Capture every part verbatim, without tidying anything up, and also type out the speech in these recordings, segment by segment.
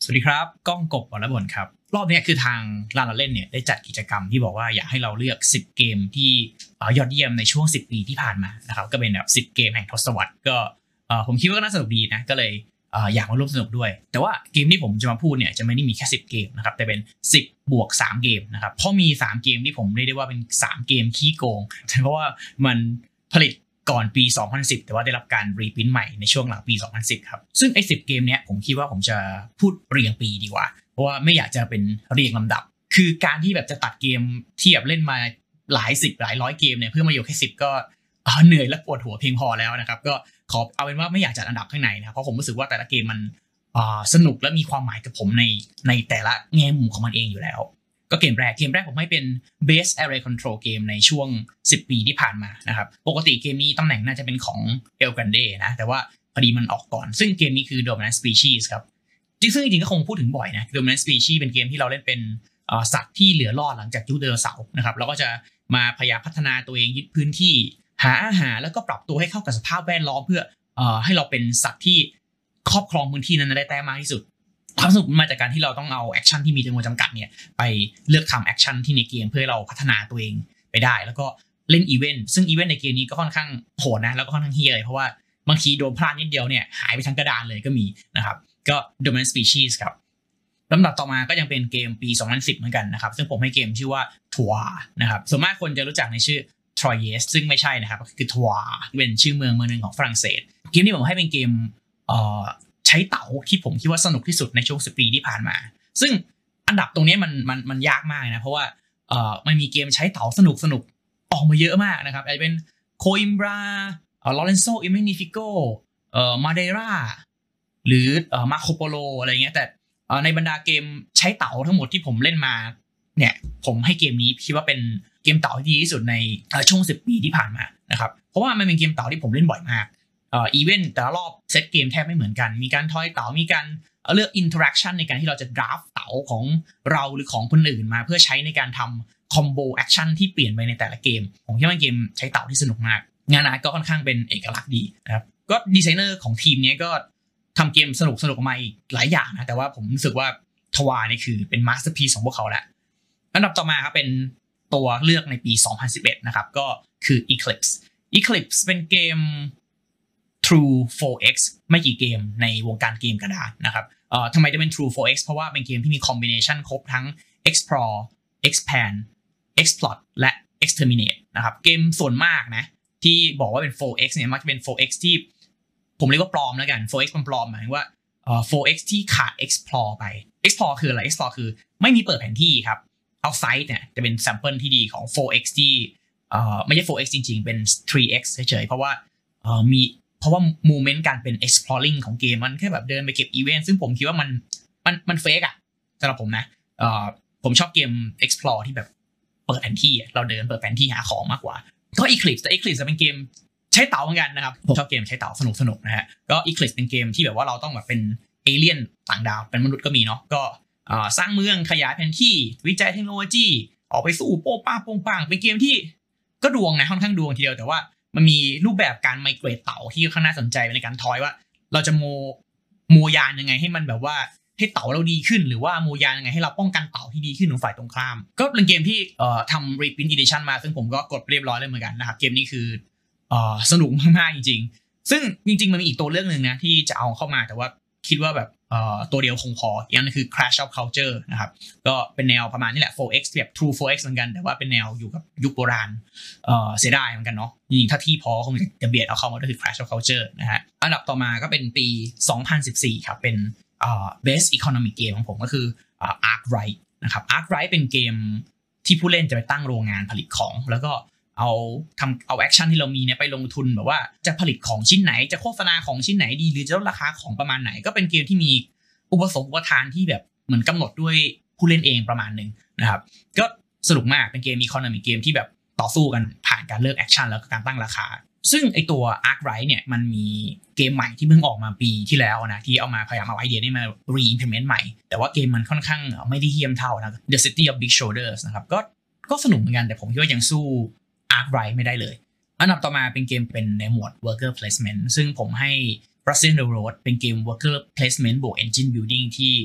สวัสดีครับก้องกบวรบลครับรอบนี้คือทางลาลาเล่นเนี่ยได้จัดกิจกรรมที่บอกว่าอยากให้เราเลือกสิบเกมที่ยอดเยี่ยมในช่วงสิบปีที่ผ่านมานะครับก็เป็นแบบสิบเกมแห่งทศวรรษก็ผมคิดว่าก็น่าสนุกดีนะก็เลยอยากมาร่วมสนุกด้วยแต่ว่าเกมที่ผมจะมาพูดเนี่ยจะไม่ได้มีแค่สิบเกมนะครับแต่เป็นสิบบวกสามเกมนะครับเพราะมีสามเกมที่ผมเรียกได้ว่าเป็นสามเกมขี้โกงเพราะว่ามันผลิตก่อนปีสองพันสิบแต่ว่าได้รับการรีพิมพ์ใหม่ในช่วงหลังปีสองพันสิบครับซึ่งไอ้สิบเกมเนี้ยผมคิดว่าผมจะพูดเรียงปีดีกว่าเพราะว่าไม่อยากจะเป็นเรียงลำดับคือการที่แบบจะตัดเกมที่แบบเล่นมาหลายสิบหลายร้อยเกมเนี่ยเพื่อมาอยู่แค่สิบก็เหนื่อยและปวดหัวเพียงพอแล้วนะครับก็ขอเอาเป็นว่าไม่อยากจัดอันดับข้างในนะเพราะผมรู้สึกว่าแต่ละเกมมันสนุกและมีความหมายกับผมในในแต่ละแง่มุมของมันเองอยู่แล้วก็เกมแรกเกมแรกผมให้เป็น Best Array Control เกมในช่วงสิบปีที่ผ่านมานะครับปกติเกมนี้ตำแหน่งน่าจะเป็นของ El Grande นะแต่ว่าพอดีมันออกก่อนซึ่งเกมนี้คือ Dominant Species ครับจริงซึ่งจริงๆก็คงพูดถึงบ่อยนะ Dominant Species เป็นเกมที่เราเล่นเป็นสัตว์ที่เหลือรอดหลังจากยุคไดโนเสาร์นะครับแล้วก็จะมาพยายามพัฒนาตัวเองยึดพื้นที่หาอาหารแล้วก็ปรับตัวให้เข้ากับสภาพแวดล้อมเพื่อให้เราเป็นสัตว์ที่ครอบครองพื้นที่นั้นได้แต้มมากที่สุดความสนุกมาจากการที่เราต้องเอาแอคชั่นที่มีจำนวนจำกัดเนี่ยไปเลือกทำแอคชั่นที่ในเกมเพื่อให้เราพัฒนาตัวเองไปได้แล้วก็เล่นอีเวนต์ซึ่งอีเวนต์ในเกมนี้ก็ค่อนข้างโหดนะแล้วก็ค่อนข้างเฮี้ยเลยเพราะว่าบางทีโดนพลาดนิดเดียวเนี่ยหายไปทั้งกระดานเลยก็มีนะครับก็ Dominant Species ครับลำดับต่อมาก็ยังเป็นเกมปีสองพันสิบเหมือนกันนะครับซึ่งผมให้เกมชื่อว่าทัวร์นะครับส่วนมากคนจะรู้จักในชื่อ Troyes ซึ่งไม่ใช่นะครับคือทัวร์เป็นชื่อเมืองเมืองนึงของฝรั่งเศสเกมนี้ผมให้เป็นเกมเอ่อใช้เต๋าที่ผมคิดว่าสนุกที่สุดในช่วงสิบปีที่ผ่านมาซึ่งอันดับตรงนี้มันมันมันยากมากนะเพราะว่าเอ่อมันมีเกมใช้เต๋าสนุกสนุกออกมาเยอะมากนะครับอาจจะเป็นโคอิมบราเอ่อลอเรนโซอิมเมนิฟิโกเอ่อมาเดราหรือเอ่อมาโคโปโลอะไรเงี้ยแต่เอ่อในบรรดาเกมใช้เต๋าทั้งหมดที่ผมเล่นมาเนี่ยผมให้เกมนี้คิดว่าเป็นเกมเต๋าที่ดีที่สุดในช่วงสิบปีที่ผ่านมานะครับเพราะว่ามันเป็นเกมเต๋าที่ผมเล่นบ่อยมากเอ่ออีเวนต์แต่ละรอบเซตเกมแทบไม่เหมือนกันมีการทอยเต๋ามีการเลือกอินเทอร์แอคชั่นในการที่เราจะดราฟเต๋าของเราหรือของคนอื่นมาเพื่อใช้ในการทำคอมโบแอคชั่นที่เปลี่ยนไปในแต่ละเกมผมคิดว่าเกมใช้เต๋าที่สนุกมากงานอาร์ตก็ค่อนข้างเป็นเอกลักษณ์ดีนะครับก็ดีไซเนอร์ของทีมนี้ก็ทำเกมสนุกสนุกออกมาอีกหลายอย่างนะแต่ว่าผมรู้สึกว่าทวานี่คือเป็นมาสเตอร์พีซของพวกเขาแหละอันดับต่อมาครับเป็นตัวเลือกในปีสองพันสิบเอ็ดนะครับก็คือ Eclipse Eclipse เป็นเกมTrue โฟร์ เอ็กซ์ ไม่กี่เกมในวงการเกมกระดานนะครับเอ่อทำไมจะเป็น True โฟร์ เอ็กซ์ เพราะว่าเป็นเกมที่มีคอมบิเนชันครบทั้ง Explore Expand Exploit และ Exterminate นะครับเกมส่วนมากนะที่บอกว่าเป็น โฟร์ เอ็กซ์ เนี่ยมักจะเป็น โฟร์ เอ็กซ์ ที่ผมเรียกว่าปลอมแล้วกัน โฟร์ เอ็กซ์ มันปลอมหมายถึงว่าเอ่อ โฟร์ เอ็กซ์ ที่ขาด Explore ไป Explore คืออะไร Explore คือไม่มีเปิดแผนที่ครับ Outside เนี่ยจะเป็น sample ที่ดีของ โฟร์ เอ็กซ์ ที่เอ่อไม่ใช่ โฟร์ เอ็กซ์ จริงๆเป็น ทรี เอ็กซ์ เฉยๆเพราะว่าเอ่อมีเพราะว่าโมเมนต์การเป็น exploring ของเกมมันแค่แบบเดินไปเก็บอีเวนต์ซึ่งผมคิดว่ามันมันมันเฟกอะสำหรับผมนะเอ่อผมชอบเกม explore ที่แบบเปิดแผนที่เราเดินเปิดแผนที่หาของมากกว่าก็ Eclipse แต่ Eclipse จะเป็นเกมใช้เต๋าเหมือนกันนะครับผมชอบเกมใช้เต๋าสนุกสนุกนะฮะก็ Eclipse เป็นเกมที่แบบว่าเราต้องแบบเป็นเอเลี่ยนต่างดาวเป็นมนุษย์ก็มีเนาะก็สร้างเมืองขยายแผนที่วิจัยเทคโนโลยีออกไปสู้โป๊ะป้าโป้งปังเป็นเกมที่ก็ดวงนะค่อนข้างดวงทีเดียวแต่ว่ามันมีรูปแบบการไมเกรตเต๋าที่ค่อนข้างน่าสนใจในการทอยว่าเราจะโมโมยานยังไงให้มันแบบว่าให้เต๋าเราดีขึ้นหรือว่าโมยานยังไงให้เราป้องกันเต๋าที่ดีขึ้นของฝ่ายตรงข้ามก็เป็นเกมที่เอ่อทำ reprint edition มาซึ่งผมก็กดเรียบร้อยเลยเหมือนกันนะครับเกมนี้คือเอ่อสนุกมากๆจริงๆซึ่งจริงๆมันมีอีกตัวเรื่องนึงนะที่จะเอาเข้ามาแต่ว่าคิดว่าแบบเอ่อตัวเดียวคงพออีกอันนึงคือ Clash of Culture นะครับก็เป็นแนวประมาณนี้แหละ โฟร์ เอ็กซ์ แบบ True โฟร์ เอ็กซ์ เหมือนกันแต่ว่าเป็นแนวอยู่กับยุคโบราณเอ่อเสียดายเหมือนกันเนาะจริงๆถ้าที่พอคงจะเบียดเอาเข้ามาก็คือ Clash of Culture นะฮะอันดับต่อมาก็เป็นปีสองพันสิบสี่ครับเป็นเอ่อ Best Economic Game ของผมก็คือเอ่อ Arkwright นะครับ Arkwright เป็นเกมที่ผู้เล่นจะไปตั้งโรงงานผลิตของแล้วก็เอาทำเอาแอคชั่นที่เรามีเนี่ยไปลงทุนแบบว่าจะผลิตของชิ้นไหนจะโฆษณาของชิ้นไหนดีหรือจะลดราคาของประมาณไหนก็เป็นเกมที่มีอุปสงค์อุปทานที่แบบเหมือนกำหนดด้วยผู้เล่นเองประมาณหนึ่งนะครับก็สนุกมากเป็นเกมอีโคโนมิกเกมที่แบบต่อสู้กันผ่านการเลือกแอคชั่นแล้วก็การตั้งราคาซึ่งไอตัว Arkwright เนี่ยมันมีเกมใหม่ที่เพิ่งออกมาปีที่แล้วนะที่เอามาพยายามเอาไอเดียนี้มา re-implement ใหม่แต่ว่าเกมมันค่อนข้างไม่ได้เหี้ยมเท่านะ The City of Big Shoulders นะครับก็ก็สนุกเหมือนกันแต่ผมคิดว่ายังสู้ Arkwright ไม่ได้เลยอันดับต่อมาเป็นเกมเป็นในหมวด Worker Placement ซึ่งผมให้ Russian Railroad เป็นเกม Worker Placement บวก Engine Building ที่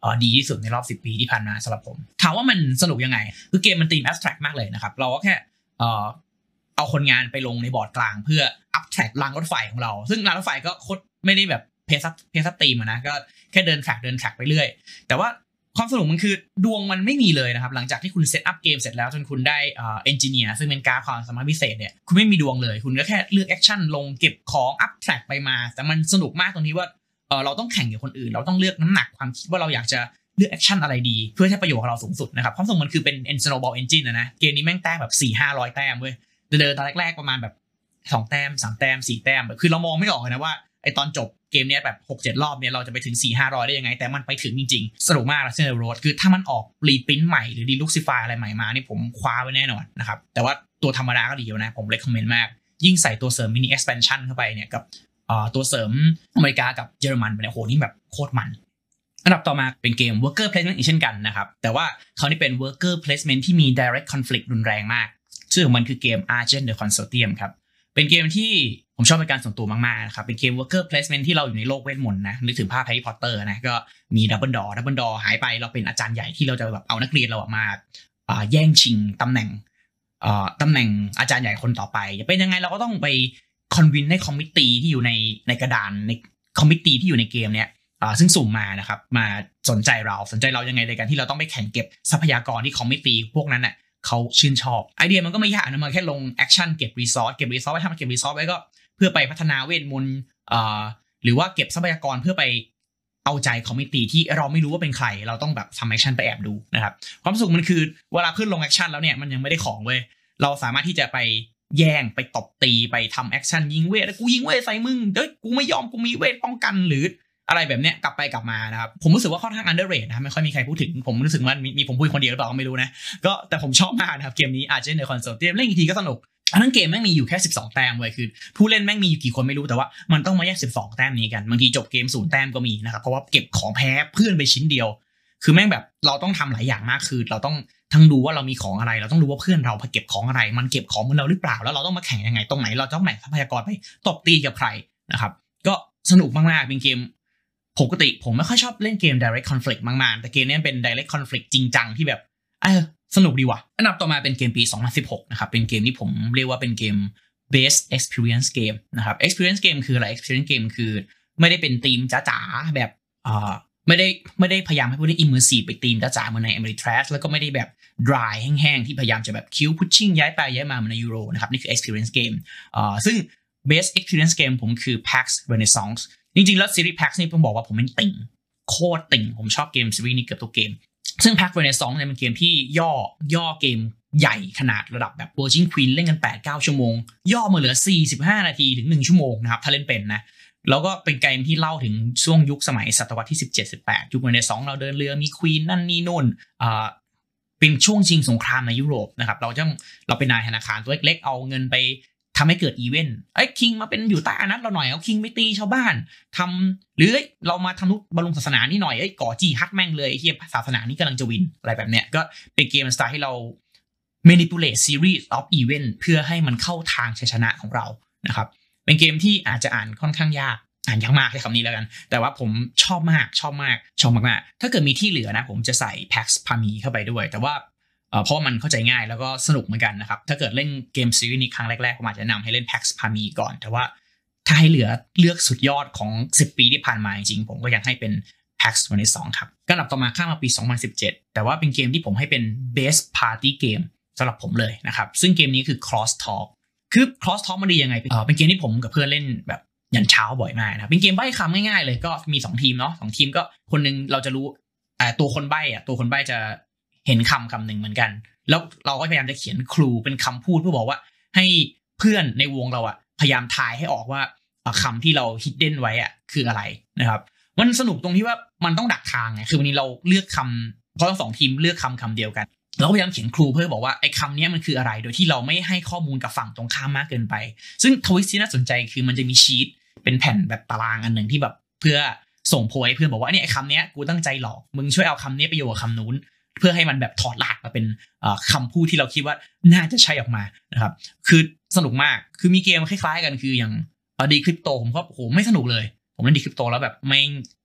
ดีที่สุดในรอบสิบปีที่ผ่านมาสำหรับผมถามว่ามันสนุกยังไงคือเกมมันธีม abstract มากเลยนะครับเราก็แค่เอาคนงานไปลงในบอร์ดกลางเพื่อ abstract รางรถไฟของเราซึ่งรางรถไฟก็โคตรไม่ได้แบบเพซับเพซับตีมนะก็แค่เดินแทร็กเดินแทร็กไปเรื่อยแต่ว่าความสนุกมันคือดวงมันไม่มีเลยนะครับหลังจากที่คุณเซตอัพเกมเสร็จแล้วจนคุณได้เอ่อเอนจิเนียร์ซึ่งเป็นการความสามารถพิเศษเนี่ยคุณไม่มีดวงเลยคุณก็แค่เลือกแอคชั่นลงเก็บของอัพแทร็กไปมาแต่มันสนุกมากตรงที่ว่าเออเราต้องแข่งกับคนอื่นเราต้องเลือกน้ำหนักความคิดว่าเราอยากจะเลือกแอคชั่นอะไรดีเพื่อให้ประโยชน์ของเราสูงสุดนะครับความสนุกมันคือเป็น Snowball Engine นะนะเกมนี้แม่งแต้มแบบ สี่ห้าร้อย แต้มเว้ยเดินตอนแรกๆประมาณแบบสองแต้มสามแต้มสี่แต้มคือเรามองไม่ออกนะว่าไอตอนจบเกมนี้แบบ หกเจ็ด รอบเนี่ยเราจะไปถึง สี่ห้าร้อย ได้ยังไงแต่มันไปถึงจริงๆสนุกมากนะเซนเดอร์โรดคือถ้ามันออกรีพรินท์ใหม่หรือดีลุกซิฟายอะไรใหม่มานี่ผมคว้าไว้แน่นอนนะครับแต่ว่าตัวธรรมดาก็ดีอยู่นะผมเรคคอมเมนต์มากยิ่งใส่ตัวเสริมมินิ expansion เข้าไปเนี่ยกับตัวเสริมอเมริกากับเยอรมันเนี่ยโหนี่แบบโคตรมันอันดับต่อมาเป็นเกม worker placement อีกเช่นกันนะครับแต่ว่าเขานี่เป็น worker placement ที่มี direct conflict รุนแรงมากชื่อของมันคือเกม Argent the Consortium ครับเป็นเกมที่ผมชอบเป็นการส่วนตัวมากๆนะครับเป็นเกม worker placement ที่เราอยู่ในโลกเวทมนต์นะนึกถึงภาพ Harry Potter นะก็มี Dumbledore Dumbledore หายไปเราเป็นอาจารย์ใหญ่ที่เราจะแบบเอานักเรียนเราออกมาแย่งชิงตำแหน่งตำแหน่งอาจารย์ใหญ่คนต่อไปจะเป็นยังไงเราก็ต้องไปคอนวินให้คอมมิตตี้ที่อยู่ในในกระดานในคอมมิตตี้ที่อยู่ในเกมเนี้ยซึ่งสุ่มมานะครับมาสนใจเราสนใจเรายังไงในการที่เราต้องไปแข่งเก็บทรัพยากรที่คอมมิตตี้พวกนั้นน่ะเขาชื่นชอบไอเดียมันก็ไม่ยากนะมันแค่ลงแอคชั่นเก็บรีซอสเก็บรีซอสไว้ทำเก็บรีซอสไว้ก็เพื่อไปพัฒนาเวทมนต์หรือว่าเก็บทรัพยากรเพื่อไปเอาใจคอมมิตตี้ที่เราไม่รู้ว่าเป็นใครเราต้องแบบทำแอคชั่นไปแอบดูนะครับความสุขมันคือเวลาเพื่อนลงแอคชั่นแล้วเนี่ยมันยังไม่ได้ของเว้ยเราสามารถที่จะไปแย่งไปตบตีไปทำแอคชั่นยิงเวทแล้วกูยิงเวทใส่มึงเฮ้ยกูไม่ยอมกูมีเวทป้องกันหรืออะไรแบบเนี้ยกลับไปกลับมานะครับผมรู้สึกว่าค่อนข้าง underrated นะไม่ค่อยมีใครพูดถึงผมรู้สึกว่ามีมีผมพูดคนเดียวหรือเปล่าก็ไม่รู้นะก็แต่ผมชอบมากนะครับเกมนี้อาจจะในคอนโซลเกมเล่นอีกทีก็สนุกทั้งเกมแม่งมีอยู่แค่สิบสองแต้มเว้ยคือผู้เล่นแม่งมีอยู่กี่คนไม่รู้แต่ว่ามันต้องมาแยกสิบสองแต้มนี้กันบางทีจบเกมศูนย์แต้มก็มีนะครับเพราะว่าเก็บของแพ้เพื่อนไปชิ้นเดียวคือแม่งแบบเราต้องทำหลายอย่างมากคือเราต้องทั้งดูว่าเรามีของอะไรเราต้องรู้ว่าเพื่อนเราเก็บของอะไรมันเก็บของเหมือนเราหรือเปล่าแล้วเราต้องมาแข่งยังไงตรงไหนเราต้องแบ่งทรัพยากรไปตบตีกับใครนะครับก็สนุกมากๆเป็นเกมปกติผมไม่ค่อยชอบเล่นเกม direct conflict มากๆแต่เกมนี้เป็น direct conflict จริงจังที่แบบเออสนุกดีว่ะอันดับต่อมาเป็นเกมปีสองพันสิบหกนะครับเป็นเกมที่ผมเรียกว่าเป็นเกม best experience game นะครับ experience game คืออะไร experience game คือไม่ได้เป็นธีมจ๋าๆแบบอ่าไม่ได้ไม่ได้พยายามให้ผู้เล่น immersive ไปธีมจ๋าๆเหมือนใน Ameritrash แล้วก็ไม่ได้แบบ dry แห้งๆที่พยายามจะแบบ kill pushing ย้ายไปย้ายมาเหมือนใน Euro นะครับนี่คือ experience game อ่าซึ่ง best experience game ผมคือ PAX Renaissance จริงๆแล้วซีรีส์ PAX นี่ผมบอกว่าผมเป็นติ่งโคตรติ่งผมชอบเกมซีรีส์นี้เกือบทุกเกมซึ่ง PAX Renaissance เนี่ยเป็นเกมที่ย่อย่อเกมใหญ่ขนาดระดับแบบ Virgin Queen เล่นกัน แปดเก้า ชั่วโมงย่อมาเหลือสี่สิบห้านาทีถึงหนึ่งชั่วโมงนะครับถ้าเล่นเป็นนะแล้วก็เป็นเกมที่เล่าถึงช่วงยุคสมัยศตวรรษที่สิบเจ็ด สิบแปดยุคRenaissanceเราเดินเรือมีควีนนั่นนี่นู่นอ่าเป็นช่วงชิงสงครามในยุโรปนะครับเราจะเราเป็นนายธนาคารตัวเล็กๆเอาเงินไปทำให้เกิดอีเวนต์ไอ้คิงมาเป็นอยู่ใต้อานัตเราหน่อยเอาคิงไปตีชาวบ้านทำหรือเรามาทำนุบำรุงศาสนานี่หน่อยไอ้ก่อจีฮัดแม่งเลยไอ้เหี้ยศาสนานี่กำลังจะวินอะไรแบบเนี้ยก็เป็นเกมสไตล์ให้เรา manipulate series of event เพื่อให้มันเข้าทางชัยชนะของเรานะครับเป็นเกมที่อาจจะอ่านค่อนข้างยากอ่านยากมากใช้คำนี้แล้วกันแต่ว่าผมชอบมากชอบมากชอบมากๆถ้าเกิดมีที่เหลือนะผมจะใส่ PAX Pami เข้าไปด้วยแต่ว่าเพราะมันเข้าใจง่ายแล้วก็สนุกเหมือนกันนะครับถ้าเกิดเล่นเกมซีรีส์นี้ครั้งแรกๆผมอาจจะแนะนำให้เล่น PAX Pami ก่อนแต่ว่าถ้าให้เหลือเลือกสุดยอดของสิบปีที่ผ่านมาจริงๆผมก็อยากให้เป็น PAX Renaissance ครับก็อันดับต่อมาข้ามมาปีสองพันสิบเจ็ดแต่ว่าเป็นเกมที่ผมให้เป็น Best Party Game สำหรับผมเลยนะครับซึ่งเกมนี้คือ Cross Talk คือ Cross Talk มันดียังไงเออเป็นเกมที่ผมกับเพื่อนเล่นแบบยันเช้าบ่อยมากนะเป็นเกมใบ้คำง่ายๆเลยก็มีสองทีมเนาะสองทีมก็คนนึงเราจะรู้อ่าตัวคนใบ้อ่ะตัวคนใบ้จะเห็นคำคำหนึ่งเหมือนกันแล้วเราก็พยายามจะเขียนคลูเป็นคำพูดเพื่อบอกว่าให้เพื่อนในวงเราอ่ะพยายามทายให้ออกว่าคำที่เราฮิดเด้นไว้อ่ะคืออะไรนะครับมันสนุกตรงที่ว่ามันต้องดักทางไงคือวันนี้เราเลือกคำเพราะทั้งสองทีมเลือกคำคำเดียวกันเราก็พยายามเขียนคลูเพื่อบอกว่าไอ้คำนี้มันคืออะไรโดยที่เราไม่ให้ข้อมูลกับฝั่งตรงข้ามมากเกินไปซึ่งทวิสต์ที่น่าสนใจคือมันจะมีชีทเป็นแผ่นแบบตารางอันหนึ่งที่แบบเพื่อส่งโพยเพื่อนบอกว่าเนี่ยไอ้คำนี้กูตั้งใจหลอกมึงช่วยเอาคำนี้ไปโยงกับคำนู้นเพื่อให้มันแบบถอดรหัสมาเป็นคำพูดที่เราคิดว่าน่าจะใช่ออกมานะครับคือสนุกมากคือมีเกมคล้ายๆกันคืออย่างดีคริปโตผมก็โอ้โหไม่สนุกเลยผมเล่นดีคริปโตแล้วแบบไม่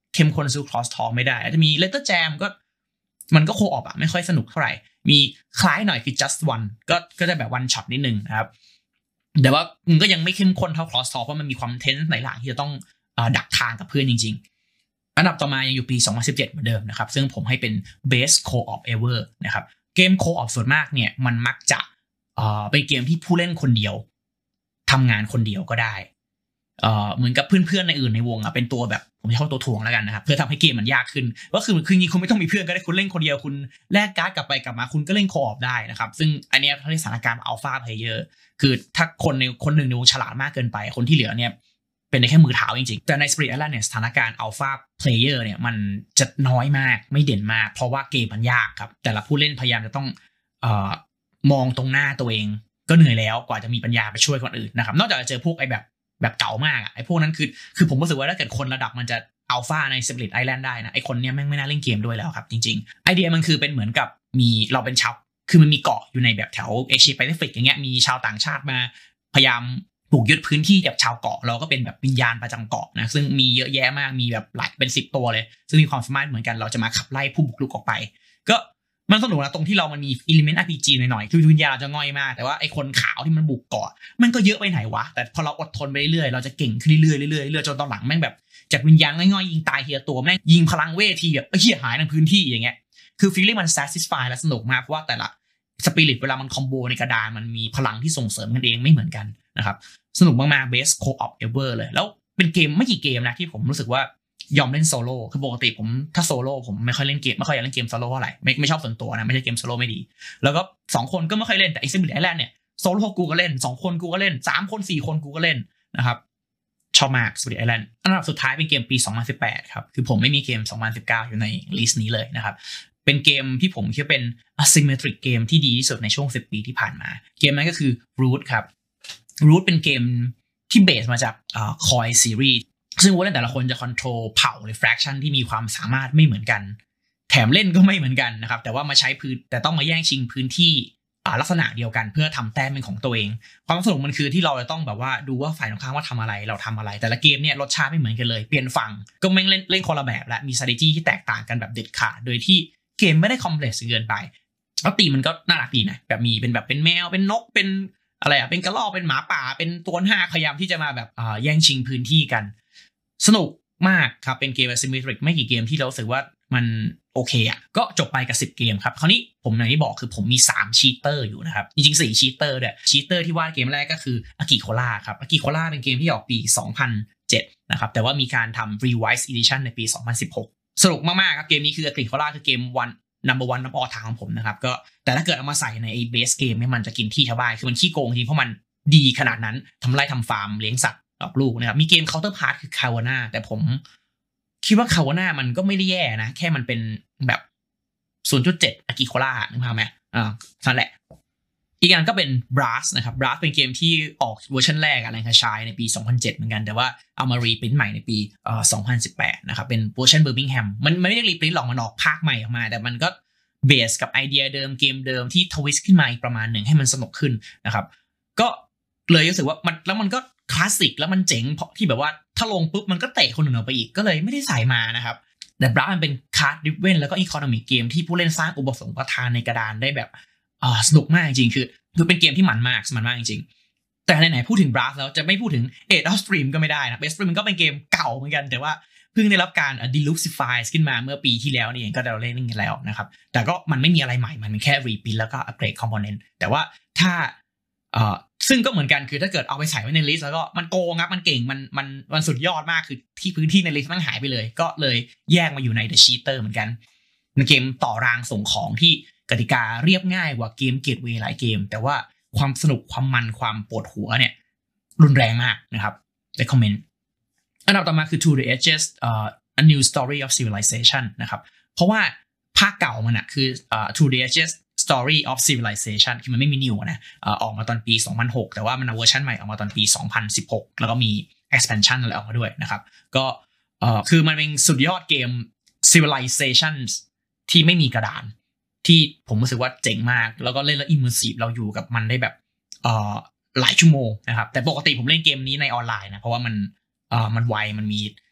เข้มข้นสู้ Cross Talk ไม่ได้อาจจะมี Letter Jam ก็มันก็โคออปอะไม่ค่อยสนุกเท่าไหร่มีคล้ายหน่อยคือ Just One ก็ก็จะแบบ one shot นิดนึงนะครับแต่ว่ามันก็ยังไม่เข้มข้นเท่า Cross Talk เพราะมันมีความเทนส์หลายอย่างที่จะต้องดักทางกับเพื่อนจริงๆอันดับต่อมายังอยู่ปีสองพันสิบเจ็ดเหมือนเดิมนะครับซึ่งผมให้เป็น Best Co-op Ever นะครับเกม Co-op ส่วนมากเนี่ยมันมักจะเอ่อเป็นเกมที่ผู้เล่นคนเดียวทำงานคนเดียวก็ได้เอ่อเหมือนกับเพื่อนๆในอื่นในวงอ่ะเป็นตัวแบบผมจะเข้าตัวถ่วงแล้วกันนะครับเพื่อทำให้เกมมันยากขึ้นก็คือคือจริงๆคุณไม่ต้องมีเพื่อนก็ได้คุณเล่นคนเดียวคุณแลกการ์ดกลับไปกลับมาคุณก็เล่น Co-op ได้นะครับซึ่งอันนี้ถ้าในสถานการณ์ Alpha Player คือถ้าคนในคนหนึ่งในวงฉลาดมากเกินไปคนที่เหลือเนี่ยเป็นแค่มือเท้าจริงๆแต่ใน Spirit Island เนี่ยสถานการณ์ Alpha Player เนี่ยมันจะน้อยมากไม่เด่นมากเพราะว่าเกมมันยากครับแต่ละผู้เล่นพยายามจะต้องเอ่อมองตรงหน้าตัวเองก็เหนื่อยแล้วกว่าจะมีปัญญาไปช่วยคนอื่นนะครับนอกจากจะเจอพวกไอ้แบบแบบเก่ามากอ่ะไอ้พวกนั้นคือคือผมรู้สึกว่าถ้าเกิดคนระดับมันจะ Alpha ใน Spirit Island ได้นะไอ้คนเนี้ยแม่งไม่น่าเล่นเกมด้วยแล้วครับจริงๆไอเดียมันคือเป็นเหมือนกับมีเราเป็นชาวคือมันมีเกาะอยู่ในแบบแถวเอเชียแปซิฟิกอย่างเงี้ยมีชาวต่างชาติมาพยายามบุกยึดพื้นที่แบบชาวเกาะเราก็เป็นแบบวิญญาณประจำเกาะนะซึ่งมีเยอะแยะมากมีแบบหลายเป็นสิบตัวเลยซึ่งมีความสามารถเหมือนกันเราจะมาขับไล่ผู้บุกรุกออกไปก็มันสนุกนะตรงที่เรามันมีอิเลเมนต์ อาร์ พี จี หน่อยๆคือวิญญาณเราจะง่อยมากแต่ว่าไอ้คนขาวที่มันบุกเกาะมันก็เยอะไปไหนวะแต่พอเราอดทนไปเรื่อยๆเราจะเก่งขึ้นเรื่อยๆเรื่อยๆเรื่อยๆจนตอนหลังแม่งแบบจากวิญญาณง่อยๆยิงตายทีละตัวแม่งยิงพลังเวททีแบบเหี้ยหายในพื้นที่อย่างเงี้ยคือฟีลลิ่งมัน satisfy และสนุกมากเพราะว่าแต่ละสปิริตเวลามันคอมโบในกระดานมันมีพลังที่ส่งเสริมกันเองไม่เหมือนกันนะครับสนุกมากๆ Best Co-op Ever เลยแล้วเป็นเกมไม่กี่เกมนะที่ผมรู้สึกว่ายอมเล่นโซโล่คือปกติผมถ้าโซโล่ผมไม่ค่อยเล่นเกมไม่ค่อยอยากเล่นเกมโซโล่เท่าไหร่ไม่ไม่ชอบส่วนตัวนะไม่ใช่เกมโซโล่ไม่ดีแล้วก็สองคนก็ไม่ค่อยเล่นแต่ไอ้ Spirit Island เนี่ยโซโล่กูก็เล่นสองคนกูก็เล่นสามคนสี่คนกูก็เล่นนะครับชอบมาก Spirit Island อันดับสุดท้ายเป็นเกมปีสองพันสิบแปดครับคือผมไม่มีเกมสองพันสิบเก้าอยู่ในลิสต์นี้เลยนะครับเป็นเกมที่ผมคิดว่าเป็น asymmetric เกมที่ดีที่สุดในช่วงสิบปีที่ผ่านมาเกมนั้นก็คือ Root ครับ Root เป็นเกมที่เบสมาจากอ่า Coin Series ซึ่งผู้เล่นแต่ละคนจะคอนโทรลเผ่าหรือ fraction ที่มีความสามารถไม่เหมือนกันแถมเล่นก็ไม่เหมือนกันนะครับแต่ว่ามาใช้พื้นแต่ต้องมาแย่งชิงพื้นที่ลักษณะเดียวกันเพื่อทำแต้มเป็นของตัวเองความสนุกมันคือที่เราจะต้องแบบว่าดูว่าฝ่ายตรงข้ามว่าทำอะไรเราทำอะไรแต่ละเกมเนี่ยรสชาติไม่เหมือนกันเลยเปลี่ยนฝั่งก็ไม่เล่นเล่นคนละแบบและมี strategy ที่แตกต่างกันแบบเด็ดขาดโดยที่เกมไม่ได้ complex เกินไปแล้วตีมันก็น่ารักดีนะแบบมีเป็นแบบเป็นแมวเป็นนกเป็นอะไรอ่ะเป็นกระรอกเป็นหมาป่าเป็นตัวห้าพยายามที่จะมาแบบอ่าแย่งชิงพื้นที่กันสนุกมากครับเป็นเกม asymmetric ไม่กี่เกมที่เรารู้สึกว่ามันโอเคอ่ะก็จบไปกับสิบเกมครับคราวนี้ผมอย่างที่บอกคือผมมีสามชีตเตอร์อยู่นะครับจริงๆสี่ชีตเตอร์ด้วยชีตเตอร์ที่ว่าเกมแรกก็คืออากิโคล่าครับอากิโคล่าเป็นเกมที่ออกปีสองพันเจ็ดนะครับแต่ว่ามีการทำ Revised Edition ในปีสองพันสิบหกสนุกมากๆครับเกมนี้คืออากิโคล่าคือเกมวัน number one นับออทางของผมนะครับก็แต่ถ้าเกิดเอามาใส่ในไอ้เบสเกมเนี่ยมันจะกินที่ชาวบ้านคือมันขี้โกงจริงเพราะมันดีขนาดนั้นทำไร่ทำฟาร์มเลี้ยงสัตว์ออกลูกนะครับมีเกม counterpart คือคาวาน่าแต่ผมคิดว่าคาวาน่ามันก็ไม่ได้แย่นะแค่มันเป็นแบบ ศูนย์จุดเจ็ด อากิโคล่านึกภาพไหมอ่านั่นแหละอีกอย่างก็เป็น Brass นะครับ Brass เป็นเกมที่ออกเวอร์ชันแรกอะไรคะชายในปีสองพันเจ็ดเหมือนกันแต่ว่าเอามารีพรินท์ใหม่ในปีเอ่อสองพันสิบแปดนะครับเป็นเวอร์ชันเบอร์มิงแฮมมันไม่ได้รีพรินท์หรอกมันออกภาคใหม่ออกมาแต่มันก็เบสกับไอเดียเดิมเกมเดิมที่ทวิสต์ขึ้นมาอีกประมาณหนึ่งให้มันสนุกขึ้นนะครับก็เลยรู้สึกว่ามันแล้วมันก็คลาสสิกแล้วมันเจ๋งเพราะที่แบบว่าถ้าลงปุ๊บมันก็เตะคนอื่นออกไปอีกก็เลยไม่ได้ใส่มานะครับแต่บราฟมันเป็นคาร์ดดิฟเว่นแล้วก็อีโคโนมิกเกมที่ผู้เล่นสร้างอุปสงค์ประทานในกระดานได้แบบอ่าสนุกมากจริงคือคือเป็นเกมที่มันมากมันมากจริงแต่ไหนๆพูดถึงบราฟแล้วจะไม่พูดถึง Age of Steam ก็ไม่ได้นะ Age of Steam มันก็เป็นเกมเก่าเหมือนกันแต่ว่าเพิ่งได้รับการ deluxify ขึ้นมาเมื่อปีที่แล้วนี่เองก็เราเล่นกันแล้วนะครับแต่ก็มันไม่มีอะไรใหม่มันเป็นแค่รีพินแล้วก็อัปเกรดคอมโพเนนต์แต่ว่าถ้าเอ่อซึ่งก็เหมือนกันคือถ้าเกิดเอาไปใส่ไว้ในลิสต์แล้วก็มันโกงครับมันเก่งมันมันมันสุดยอดมากคือที่พื้นที่ในลิสต์มันหายไปเลยก็เลยแยกมาอยู่ใน The Cheater เหมือนกันเป็นเกมต่อรางส่งของที่กติกาเรียบง่ายกว่าเกมเกตเวย์หลายเกมแต่ว่าความสนุกความมันความปวดหัวเนี่ยรุนแรงมากนะครับในคอมเมนต์อันดับต่อมาคือ To the Edges uh, A New Story of Civilization นะครับเพราะว่าภาคเก่ามันอะคือ uh, To the Edges Story of Civilization คือมันไม่มี new นะออกมาตอนปีสองพันหกแต่ว่ามันเอาเวอร์ชันใหม่ออกมาตอนปีสองพันสิบหกแล้วก็มี expansion อะไรออกมาด้วยนะครับก็เอ่อคือมันเป็นสุดยอดเกม Civilization ที่ไม่มีกระดานที่ผมรู้สึกว่าเจ๋งมากแล้วก็เล่นแล้ว immersive เราอยู่กับมันได้แบบเอ่อหลายชั่วโมงนะครับแต่ปกติผมเล่นเกมนี้ในออนไลน์นะเพราะว่ามันเอ่อมันไวมันมี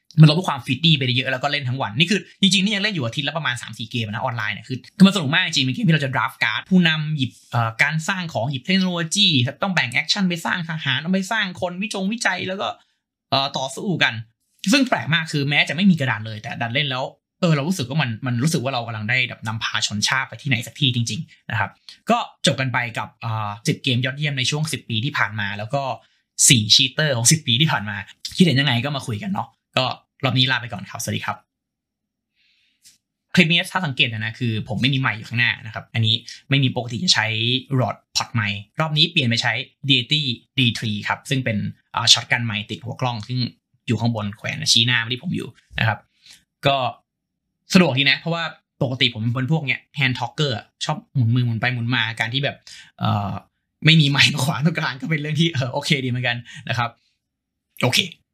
มันลดความฟิตตี้ไปได้เยอะแล้วก็เล่นทั้งวันนี่คือจริงๆนี่ยังเล่นอยู่อาทิตย์ละประมาณ สามสี่ เกมนะออนไลน์เนี่ยคือคือมันสนุกมากจริงๆเป็นเกมที่เราจะดราฟต์การ์ดผู้นำหยิบเอ่อการสร้างของหยิบเทคโนโลยีต้องแบ่งแอคชั่นไปสร้างทหารเอาไปสร้างคนวิจงวิจัยแล้วก็เอ่อต่อสู้กันซึ่งแปลกมากคือแม้จะไม่มีกระดานเลยแต่ดันเล่นแล้วเออเรารู้สึกว่ามันมันรู้สึกว่าเรากำลังได้แบบนำพาชนชาติไปที่ไหนสักที่จริงๆนะครับก็จบกันไปกับอ่าสิบเกมยอดเยี่ยมในช่วงสิบปีที่ผ่านมาแล้วก็สี่ชีเตอร์ของสิบปีที่ผ่านมาคิดเห็นยังไงก็มาคุยกันเนาะก็รอบนี้ลาไปก่อนครับสวัสดีครับคลิปนี้ถ้าสังเกตนะคือผมไม่มีไมค์อยู่ข้างหน้านะครับอันนี้ไม่มีปกติจะใช้รอดพอดไมค์รอบนี้เปลี่ยนไปใช้ ดี เอ ที ดี ทรี ครับซึ่งเป็นอ่าช็อตกันไมค์ติดหัวกล้องซึ่งอยู่ข้างบนแขวนชี้หน้าที่ผมอยู่นะครับก็สะดวกดีนะเพราะว่าปกติผมเป็นพวกเนี้ยแฮนด์ท็อกเกอร์ชอบหมุนมือหมุนไปหมุนมาการที่แบบเอ่อไม่มีไมค์ขวางตรงกลางก็เป็นเรื่องที่เออโอเคดีเหมือนกันนะครับโอเค